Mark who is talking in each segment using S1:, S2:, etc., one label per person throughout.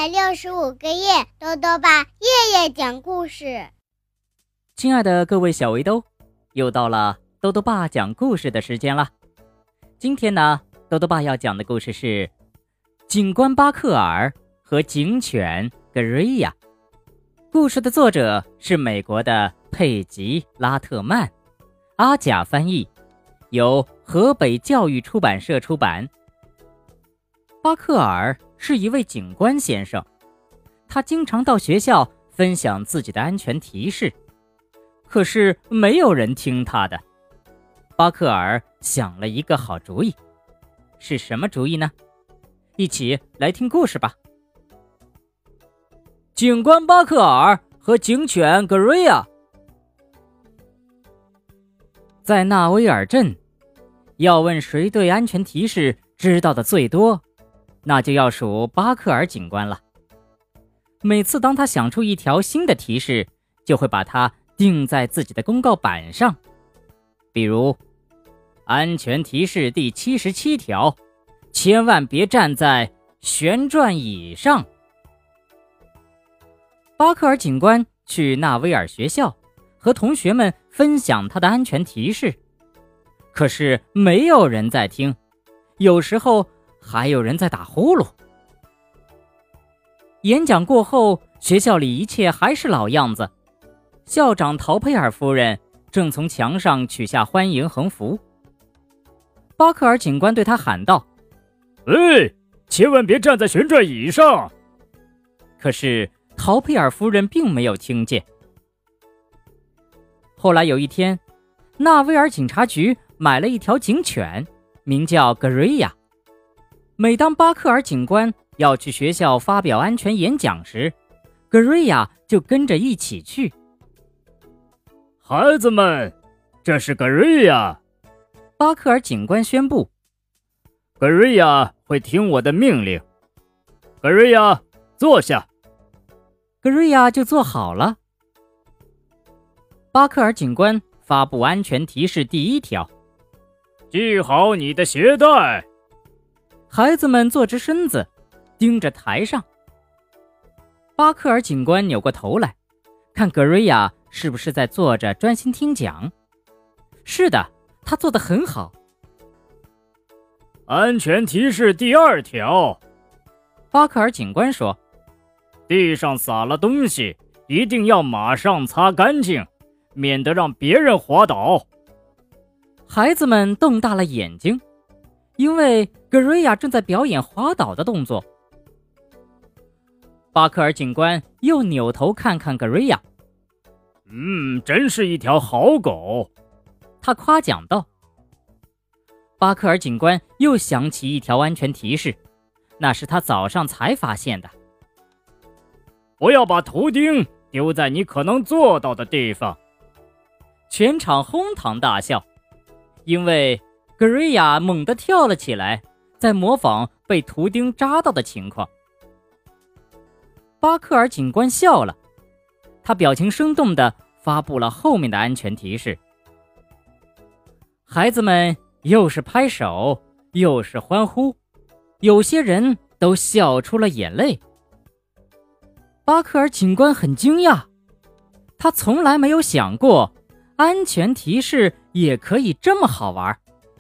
S1: 365个夜，豆豆爸夜夜讲故事。
S2: 亲爱的各位小围兜，又到了豆豆爸讲故事的时间了。今天呢，豆豆爸要讲的故事是警官巴克尔和警犬格瑞亚。故事的作者是美国的佩吉·拉特曼，阿甲翻译，由河北教育出版社出版。巴克尔是一位警官先生，他经常到学校分享自己的安全提示，可是没有人听他的。巴克尔想了一个好主意，是什么主意呢？一起来听故事吧。警官巴克尔和警犬格瑞亚。在纳威尔镇，要问谁对安全提示知道的最多，那就要数巴克尔警官了。每次当他想出一条新的提示，就会把它钉在自己的公告板上。比如，安全提示第77条，千万别站在旋转椅上。巴克尔警官去纳威尔学校，和同学们分享他的安全提示，可是没有人在听，有时候还有人在打呼噜。演讲过后，学校里一切还是老样子。校长陶佩尔夫人正从墙上取下欢迎横幅。巴克尔警官对他喊道：千万别站在旋转椅上。可是陶佩尔夫人并没有听见。后来有一天，纳威尔警察局买了一条警犬，名叫格瑞亚。每当巴克尔警官要去学校发表安全演讲时，格瑞亚就跟着一起去。孩子们，这是格瑞亚，巴克尔警官宣布。格瑞亚会听我的命令。格瑞亚，坐下。格瑞亚就坐好了。巴克尔警官发布安全提示第1条，系好你的鞋带。孩子们坐直身子，盯着台上。巴克尔警官扭过头来，看格瑞亚是不是在坐着专心听讲。是的，他做得很好。安全提示第2条，巴克尔警官说，地上洒了东西，一定要马上擦干净，免得让别人滑倒。孩子们瞪大了眼睛，因为格瑞亚正在表演滑倒的动作。巴克尔警官又扭头看看格瑞亚。真是一条好狗，他夸奖道。巴克尔警官又想起一条安全提示，那是他早上才发现的。不要把图钉丢在你可能坐到的地方。全场哄堂大笑，因为格瑞亚猛地跳了起来，在模仿被图钉扎到的情况。巴克尔警官笑了，他表情生动地发布了后面的安全提示。孩子们又是拍手，又是欢呼，有些人都笑出了眼泪。巴克尔警官很惊讶，他从来没有想过安全提示也可以这么好玩。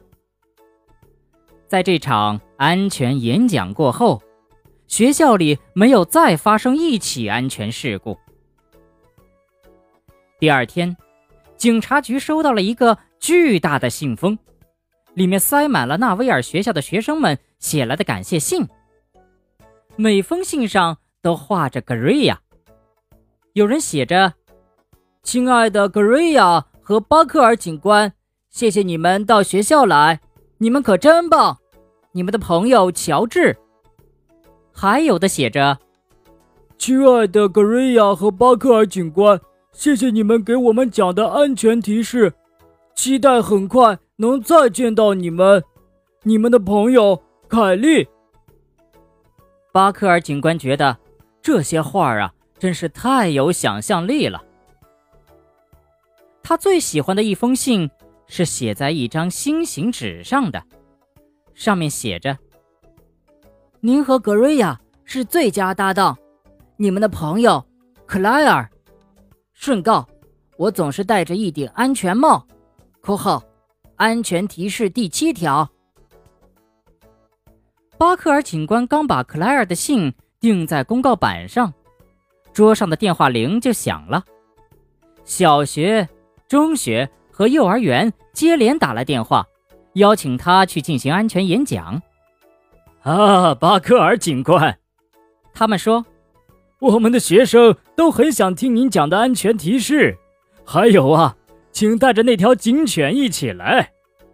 S2: 在这场安全演讲过后，学校里没有再发生一起安全事故。第2天，警察局收到了一个巨大的信封，里面塞满了纳威尔学校的学生们写来的感谢信。每封信上都画着格瑞亚，有人写着：亲爱的格瑞亚和巴克尔警官，谢谢你们到学校来，你们可真棒，你们的朋友乔治。还有的写着：亲爱的格瑞亚和巴克尔警官，谢谢你们给我们讲的安全提示，期待很快能再见到你们，你们的朋友凯莉。巴克尔警官觉得这些话啊，真是太有想象力了。他最喜欢的一封信是写在一张心形纸上的，上面写着：您和格瑞亚
S3: 是最佳搭档，你们的朋友克莱尔。顺告，我总是戴着一顶安全帽（括号安全提示第7条）。
S2: 巴克尔警官刚把克莱尔的信钉在公告板上，桌上的电话铃就响了。小学、中学和幼儿园接连打来电话，邀请他去进行安全演讲。
S4: 巴克尔警官，
S2: 他们说，
S4: 我们的学生都很想听您讲的安全提示。还有啊，请带着那条警犬一起来。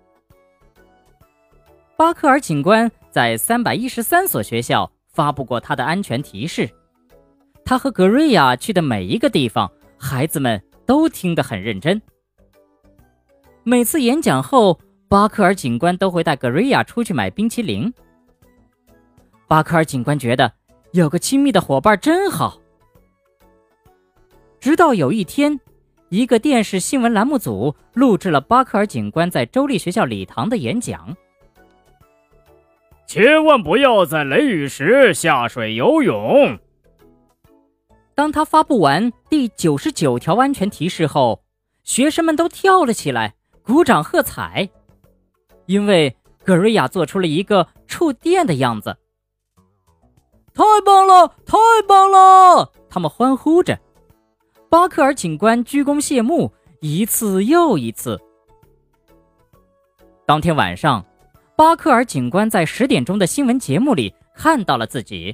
S2: 巴克尔警官在313所学校发布过他的安全提示。他和格瑞亚去的每一个地方，孩子们都听得很认真。每次演讲后，巴克尔警官都会带格瑞亚出去买冰淇淋。巴克尔警官觉得有个亲密的伙伴真好。直到有一天，一个电视新闻栏目组录制了巴克尔警官在州立学校礼堂的演讲。
S4: 千万不要在雷雨时下水游泳。
S2: 当他发布完第99条安全提示后，学生们都跳了起来，鼓掌喝彩，因为格瑞亚做出了一个触电的样子。太棒了，太棒了！他们欢呼着。巴克尔警官鞠躬谢幕，一次又一次。当天晚上，巴克尔警官在10点钟的新闻节目里看到了自己。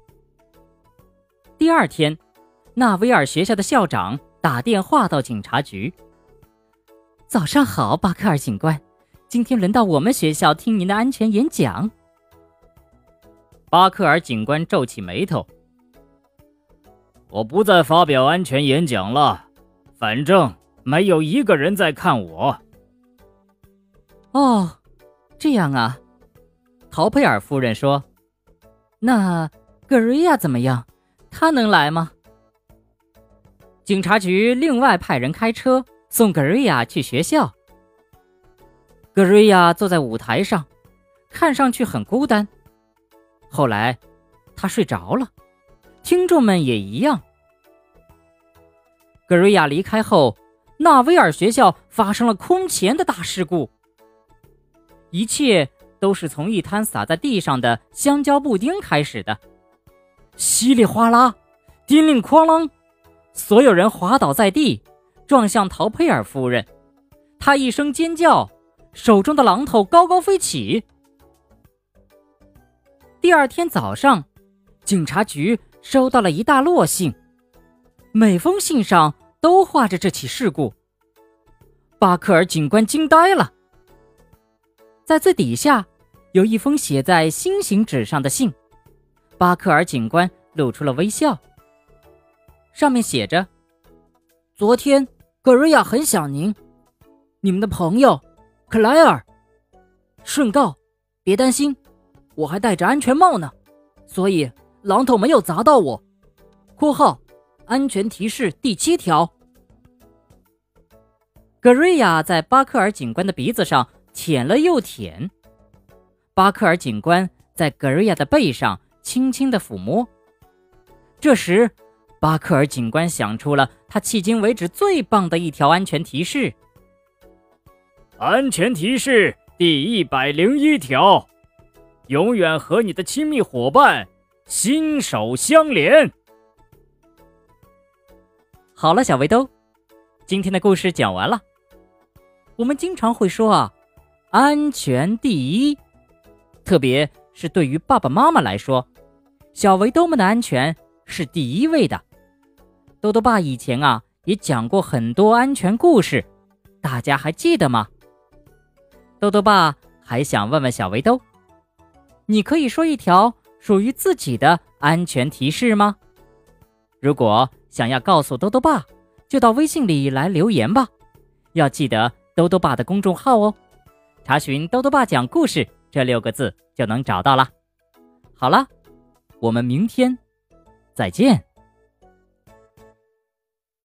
S2: 第二天，纳维尔学校的校长打电话到警察局。早上好，巴克尔警官，今天轮到我们学校听您的安全演讲。巴克尔警官皱起眉头。
S4: 我不再发表安全演讲了，反正没有一个人在看我。
S2: 哦，这样啊，陶佩尔夫人说。那格瑞亚怎么样？他能来吗？警察局另外派人开车送格瑞亚去学校。格瑞亚坐在舞台上，看上去很孤单。后来他睡着了，听众们也一样。格瑞亚离开后，纳维尔学校发生了空前的大事故。一切都是从一滩洒在地上的香蕉布丁开始的。稀里哗啦，叮铃哐啷，所有人滑倒在地，撞向陶佩尔夫人。她一声尖叫，手中的榔头高高飞起。第二天早上，警察局收到了一大摞信，每封信上都画着这起事故。巴克尔警官惊呆了。在最底下有一封写在星形纸上的信，巴克尔警官露出了微笑。上面写着：
S3: 昨天格瑞亚很想您，你们的朋友克莱尔。顺告，别担心，我还戴着安全帽呢，所以榔头没有砸到我。括号安全提示第7条。
S2: 格瑞亚在巴克尔警官的鼻子上舔了又舔。巴克尔警官在格瑞亚的背上轻轻地抚摸。这时，巴克尔警官想出了他迄今为止最棒的一条安全提示。
S4: 安全提示第101条，永远和你的亲密伙伴心手相连。
S2: 好了，小围兜，今天的故事讲完了。我们经常会说啊，安全第一，特别是对于爸爸妈妈来说，小围兜们的安全是第一位的。豆豆爸以前啊也讲过很多安全故事，大家还记得吗？豆豆爸还想问问小围兜，你可以说一条属于自己的安全提示吗？如果想要告诉豆豆爸，就到微信里来留言吧，要记得豆豆爸的公众号哦，查询豆豆爸讲故事这6个字就能找到了。好了，我们明天再见。